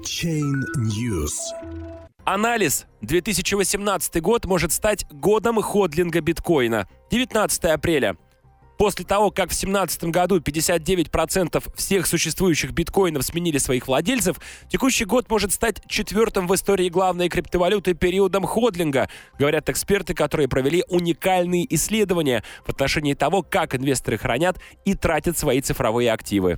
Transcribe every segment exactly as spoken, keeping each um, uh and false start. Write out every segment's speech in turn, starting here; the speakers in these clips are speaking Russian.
Chain News. Анализ. две тысячи восемнадцатый год может стать годом ходлинга биткоина. девятнадцатого апреля. После того, как в две тысячи семнадцатом году пятьдесят девять процентов всех существующих биткоинов сменили своих владельцев, текущий год может стать четвертым в истории главной криптовалюты периодом ходлинга, говорят эксперты, которые провели уникальные исследования в отношении того, как инвесторы хранят и тратят свои цифровые активы.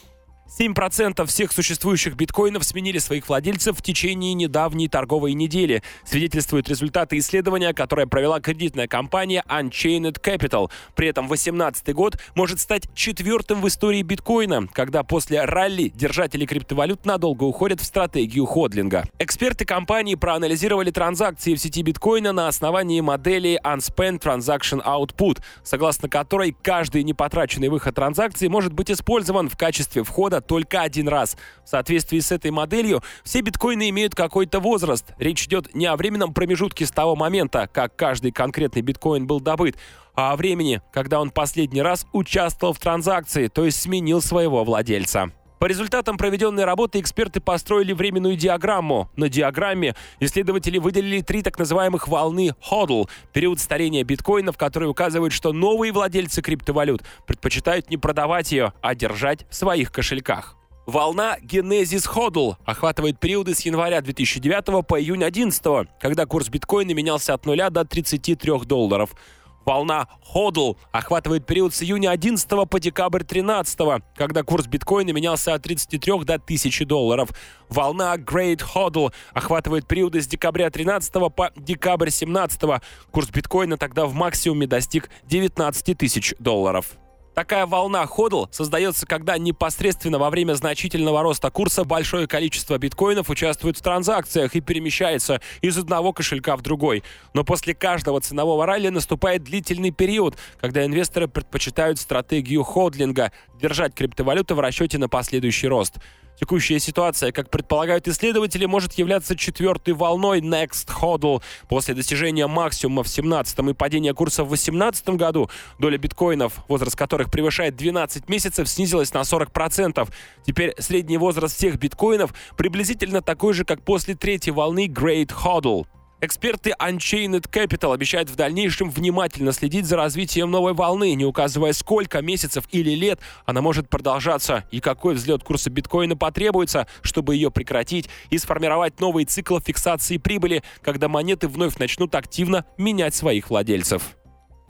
семь процентов всех существующих биткоинов сменили своих владельцев в течение недавней торговой недели, свидетельствуют результаты исследования, которое провела кредитная компания Unchained Capital. При этом две тысячи восемнадцатый год может стать четвертым в истории биткоина, когда после ралли держатели криптовалют надолго уходят в стратегию ходлинга. Эксперты компании проанализировали транзакции в сети биткоина на основании модели Unspent Transaction Output, согласно которой каждый непотраченный выход транзакции может быть использован в качестве входа только один раз. В соответствии с этой моделью все биткоины имеют какой-то возраст. Речь идет не о временном промежутке с того момента, как каждый конкретный биткоин был добыт, а о времени, когда он последний раз участвовал в транзакции, то есть сменил своего владельца. По результатам проведенной работы эксперты построили временную диаграмму. На диаграмме исследователи выделили три так называемых волны ходл, период старения биткоинов, который указывает, что новые владельцы криптовалют предпочитают не продавать ее, а держать в своих кошельках. Волна Genesis Hodl охватывает периоды с января две тысячи девятого по июнь две тысячи одиннадцатого, когда курс биткоина менялся от нуля до тридцати трёх долларов. Волна ходл охватывает период с июня одиннадцатого по декабрь тринадцатого, когда курс биткоина менялся от тридцати трёх до тысячи долларов. Волна Great Hodl охватывает периоды с декабря тринадцатого по декабрь семнадцатого. Курс биткоина тогда в максимуме достиг девятнадцати тысяч долларов. Такая волна ходл создается, когда непосредственно во время значительного роста курса большое количество биткоинов участвует в транзакциях и перемещается из одного кошелька в другой. Но после каждого ценового ралли наступает длительный период, когда инвесторы предпочитают стратегию ходлинга – держать криптовалюту в расчете на последующий рост. Текущая ситуация, как предполагают исследователи, может являться четвертой волной Next Hodl. После достижения максимума в семнадцатом и падения курса в восемнадцатом году доля биткоинов, возраст которых превышает двенадцать месяцев, снизилась на сорок процентов. Теперь средний возраст всех биткоинов приблизительно такой же, как после третьей волны Great Hodl. Эксперты Unchained Capital обещают в дальнейшем внимательно следить за развитием новой волны, не указывая, сколько месяцев или лет она может продолжаться и какой взлет курса биткоина потребуется, чтобы ее прекратить и сформировать новый цикл фиксации прибыли, когда монеты вновь начнут активно менять своих владельцев.